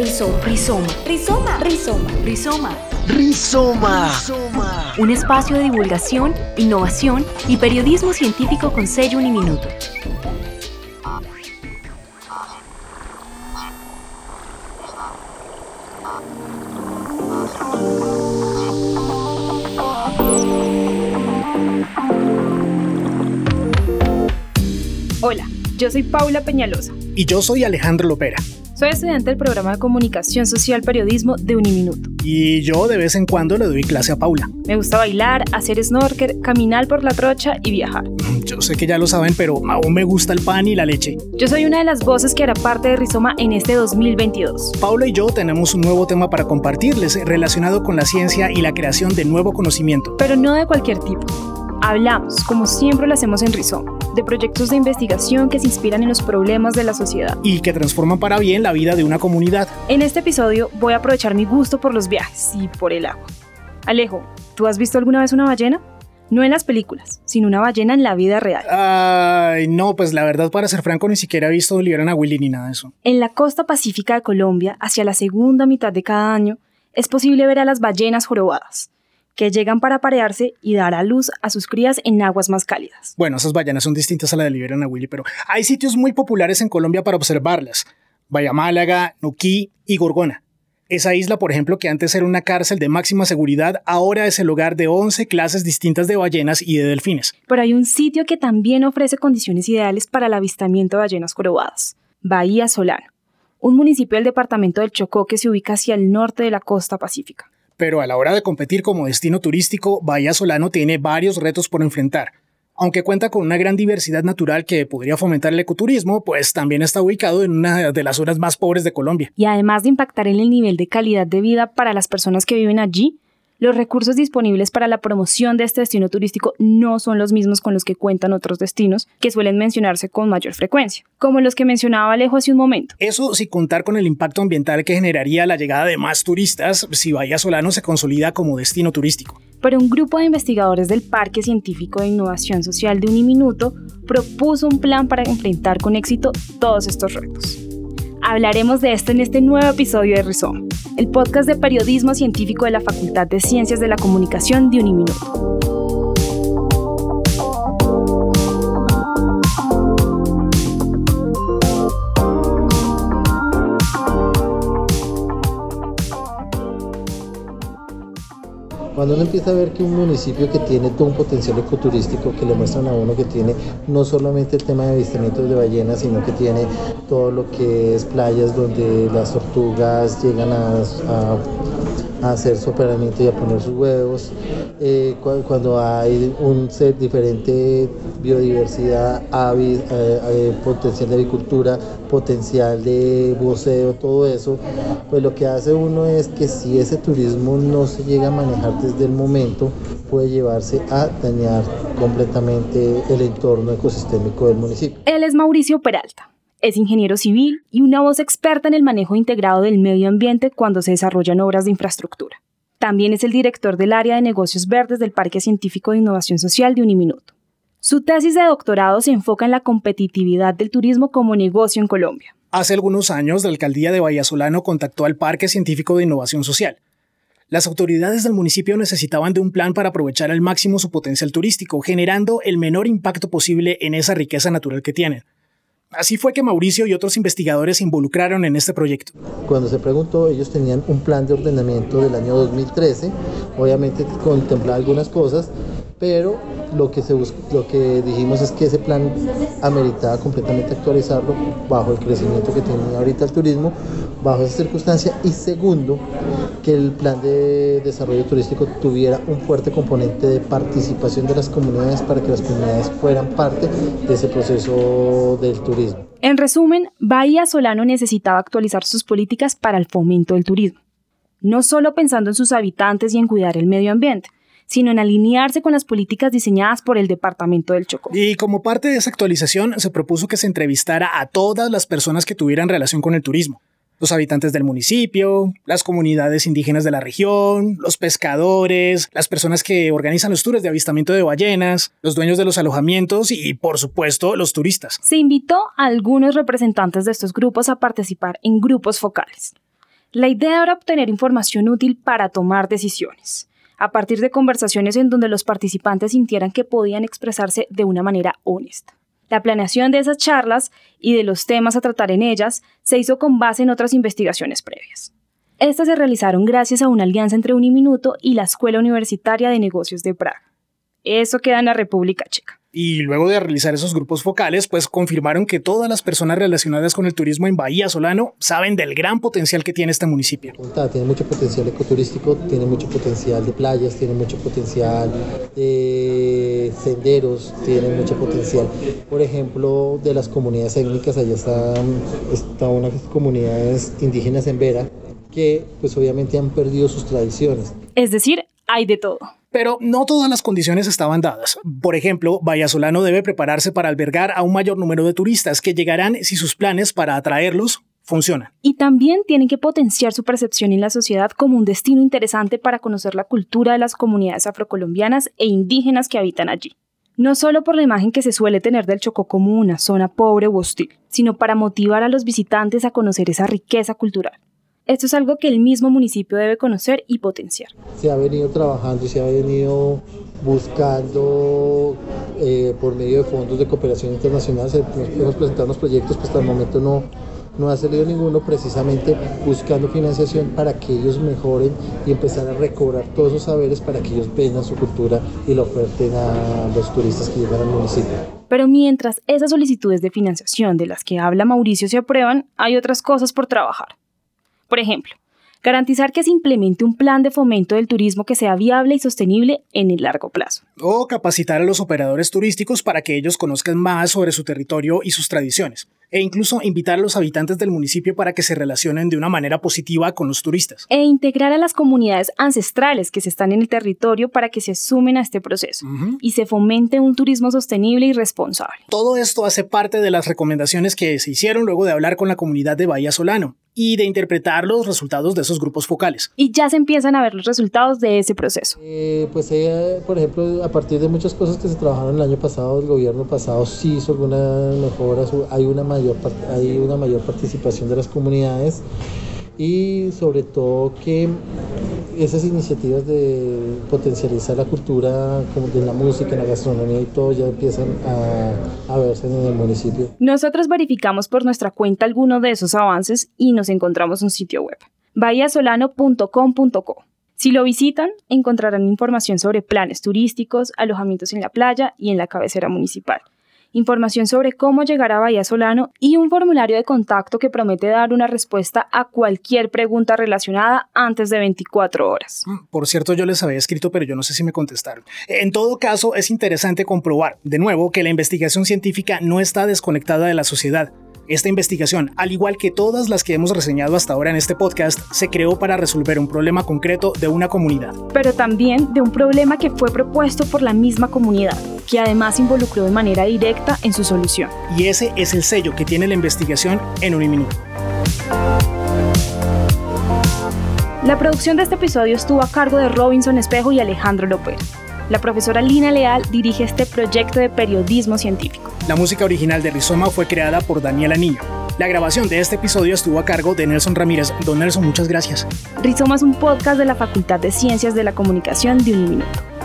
Rizoma. Rizoma. Rizoma. Rizoma. Rizoma. Rizoma. Un espacio de divulgación, innovación y periodismo científico con sello Uniminuto. Hola, yo soy Paula Peñalosa. Y yo soy Alejandro Lopera. Soy estudiante del programa de Comunicación Social Periodismo de Uniminuto. Y yo de vez en cuando le doy clase a Paula. Me gusta bailar, hacer snorkel, caminar por la trocha y viajar. Yo sé que ya lo saben, pero aún me gusta el pan y la leche. Yo soy una de las voces que hará parte de Rizoma en este 2022. Paula y yo tenemos un nuevo tema para compartirles relacionado con la ciencia y la creación de nuevo conocimiento. Pero no de cualquier tipo. Hablamos, como siempre lo hacemos en Rizoma, de proyectos de investigación que se inspiran en los problemas de la sociedad y que transforman para bien la vida de una comunidad. En este episodio voy a aprovechar mi gusto por los viajes y por el agua. Alejo, ¿tú has visto alguna vez una ballena? No en las películas, sino una ballena en la vida real. Ay, no, pues la verdad, para ser franco, ni siquiera he visto Liberan a Willy ni nada de eso. En la costa pacífica de Colombia, hacia la segunda mitad de cada año, es posible ver a las ballenas jorobadas, que llegan para aparearse y dar a luz a sus crías en aguas más cálidas. Bueno, esas ballenas son distintas a la de Liberan a Willy, pero hay sitios muy populares en Colombia para observarlas. Bahía Málaga, Nuquí y Gorgona. Esa isla, por ejemplo, que antes era una cárcel de máxima seguridad, ahora es el hogar de 11 clases distintas de ballenas y de delfines. Pero hay un sitio que también ofrece condiciones ideales para el avistamiento de ballenas jorobadas. Bahía Solano, un municipio del departamento del Chocó que se ubica hacia el norte de la costa pacífica. Pero a la hora de competir como destino turístico, Bahía Solano tiene varios retos por enfrentar. Aunque cuenta con una gran diversidad natural que podría fomentar el ecoturismo, pues también está ubicado en una de las zonas más pobres de Colombia. Y además de impactar en el nivel de calidad de vida para las personas que viven allí, los recursos disponibles para la promoción de este destino turístico no son los mismos con los que cuentan otros destinos que suelen mencionarse con mayor frecuencia, como los que mencionaba Alejo hace un momento. Eso sin contar con el impacto ambiental que generaría la llegada de más turistas si Bahía Solano se consolida como destino turístico. Pero un grupo de investigadores del Parque Científico de Innovación Social de Uniminuto propuso un plan para enfrentar con éxito todos estos retos. Hablaremos de esto en este nuevo episodio de Rizoma, el podcast de periodismo científico de la Facultad de Ciencias de la Comunicación de Uniminuto. Cuando uno empieza a ver que un municipio que tiene todo un potencial ecoturístico, que le muestran a uno que tiene no solamente el tema de avistamientos de ballenas, sino que tiene todo lo que es playas donde las tortugas llegan a hacer su apareamiento y a poner sus huevos, cuando hay un set diferente, biodiversidad, potencial de avicultura, potencial de buceo, todo eso, pues lo que hace uno es que si ese turismo no se llega a manejar desde el momento, puede llevarse a dañar completamente el entorno ecosistémico del municipio. Él es Mauricio Peralta. Es ingeniero civil y una voz experta en el manejo integrado del medio ambiente cuando se desarrollan obras de infraestructura. También es el director del área de negocios verdes del Parque Científico de Innovación Social de Uniminuto. Su tesis de doctorado se enfoca en la competitividad del turismo como negocio en Colombia. Hace algunos años, la alcaldía de Bahía Solano contactó al Parque Científico de Innovación Social. Las autoridades del municipio necesitaban de un plan para aprovechar al máximo su potencial turístico, generando el menor impacto posible en esa riqueza natural que tienen. Así fue que Mauricio y otros investigadores se involucraron en este proyecto. Cuando se preguntó, ellos tenían un plan de ordenamiento del año 2013, obviamente contemplaba algunas cosas, pero lo que dijimos es que ese plan ameritaba completamente actualizarlo bajo el crecimiento que tenía ahorita el turismo, bajo esa circunstancia, y segundo, que el plan de desarrollo turístico tuviera un fuerte componente de participación de las comunidades para que las comunidades fueran parte de ese proceso del turismo. En resumen, Bahía Solano necesitaba actualizar sus políticas para el fomento del turismo, no solo pensando en sus habitantes y en cuidar el medio ambiente, sino en alinearse con las políticas diseñadas por el departamento del Chocó. Y como parte de esa actualización, se propuso que se entrevistara a todas las personas que tuvieran relación con el turismo. Los habitantes del municipio, las comunidades indígenas de la región, los pescadores, las personas que organizan los tours de avistamiento de ballenas, los dueños de los alojamientos y, por supuesto, los turistas. Se invitó a algunos representantes de estos grupos a participar en grupos focales. La idea era obtener información útil para tomar decisiones, a partir de conversaciones en donde los participantes sintieran que podían expresarse de una manera honesta. La planeación de esas charlas y de los temas a tratar en ellas se hizo con base en otras investigaciones previas. Estas se realizaron gracias a una alianza entre Uniminuto y la Escuela Universitaria de Negocios de Praga. Eso queda en la República Checa. Y luego de realizar esos grupos focales, pues confirmaron que todas las personas relacionadas con el turismo en Bahía Solano saben del gran potencial que tiene este municipio. Tiene mucho potencial ecoturístico, tiene mucho potencial de playas, tiene mucho potencial de senderos, tiene mucho potencial, por ejemplo, de las comunidades étnicas. Allá está unas comunidades indígenas en Vera que pues obviamente han perdido sus tradiciones. Es decir, hay de todo. Pero no todas las condiciones estaban dadas. Por ejemplo, Bahía Solano debe prepararse para albergar a un mayor número de turistas que llegarán si sus planes para atraerlos funcionan. Y también tienen que potenciar su percepción en la sociedad como un destino interesante para conocer la cultura de las comunidades afrocolombianas e indígenas que habitan allí. No solo por la imagen que se suele tener del Chocó como una zona pobre u hostil, sino para motivar a los visitantes a conocer esa riqueza cultural. Esto es algo que el mismo municipio debe conocer y potenciar. Se ha venido trabajando y se ha venido buscando por medio de fondos de cooperación internacional. Hemos presentado unos proyectos, pues hasta el momento no ha salido ninguno, precisamente buscando financiación para que ellos mejoren y empezar a recobrar todos esos saberes para que ellos vendan su cultura y la oferten a los turistas que llegan al municipio. Pero mientras esas solicitudes de financiación de las que habla Mauricio se aprueban, hay otras cosas por trabajar. Por ejemplo, garantizar que se implemente un plan de fomento del turismo que sea viable y sostenible en el largo plazo. O capacitar a los operadores turísticos para que ellos conozcan más sobre su territorio y sus tradiciones. E incluso invitar a los habitantes del municipio para que se relacionen de una manera positiva con los turistas. E integrar a las comunidades ancestrales que se están en el territorio para que se sumen a este proceso y se fomente un turismo sostenible y responsable. Todo esto hace parte de las recomendaciones que se hicieron luego de hablar con la comunidad de Bahía Solano y de interpretar los resultados de esos grupos focales. Y ya se empiezan a ver los resultados de ese proceso. Por ejemplo, a partir de muchas cosas que se trabajaron el año pasado, el gobierno pasado sí hizo algunas mejoras, hay una mayor participación de las comunidades y sobre todo que esas iniciativas de potencializar la cultura, como de la música, la gastronomía y todo, ya empiezan a verse en el municipio. Nosotros verificamos por nuestra cuenta algunos de esos avances y nos encontramos un sitio web, bahiasolano.com.co. Si lo visitan, encontrarán información sobre planes turísticos, alojamientos en la playa y en la cabecera municipal. Información sobre cómo llegar a Bahía Solano y un formulario de contacto que promete dar una respuesta a cualquier pregunta relacionada antes de 24 horas. Por cierto, yo les había escrito, pero yo no sé si me contestaron. En todo caso, es interesante comprobar, de nuevo, que la investigación científica no está desconectada de la sociedad. Esta investigación, al igual que todas las que hemos reseñado hasta ahora en este podcast, se creó para resolver un problema concreto de una comunidad. Pero también de un problema que fue propuesto por la misma comunidad, que además involucró de manera directa en su solución. Y ese es el sello que tiene la investigación en Uniminuto. La producción de este episodio estuvo a cargo de Robinson Espejo y Alejandro López. La profesora Lina Leal dirige este proyecto de periodismo científico. La música original de Rizoma fue creada por Daniela Niño. La grabación de este episodio estuvo a cargo de Nelson Ramírez. Don Nelson, muchas gracias. Rizoma es un podcast de la Facultad de Ciencias de la Comunicación de Uniminuto.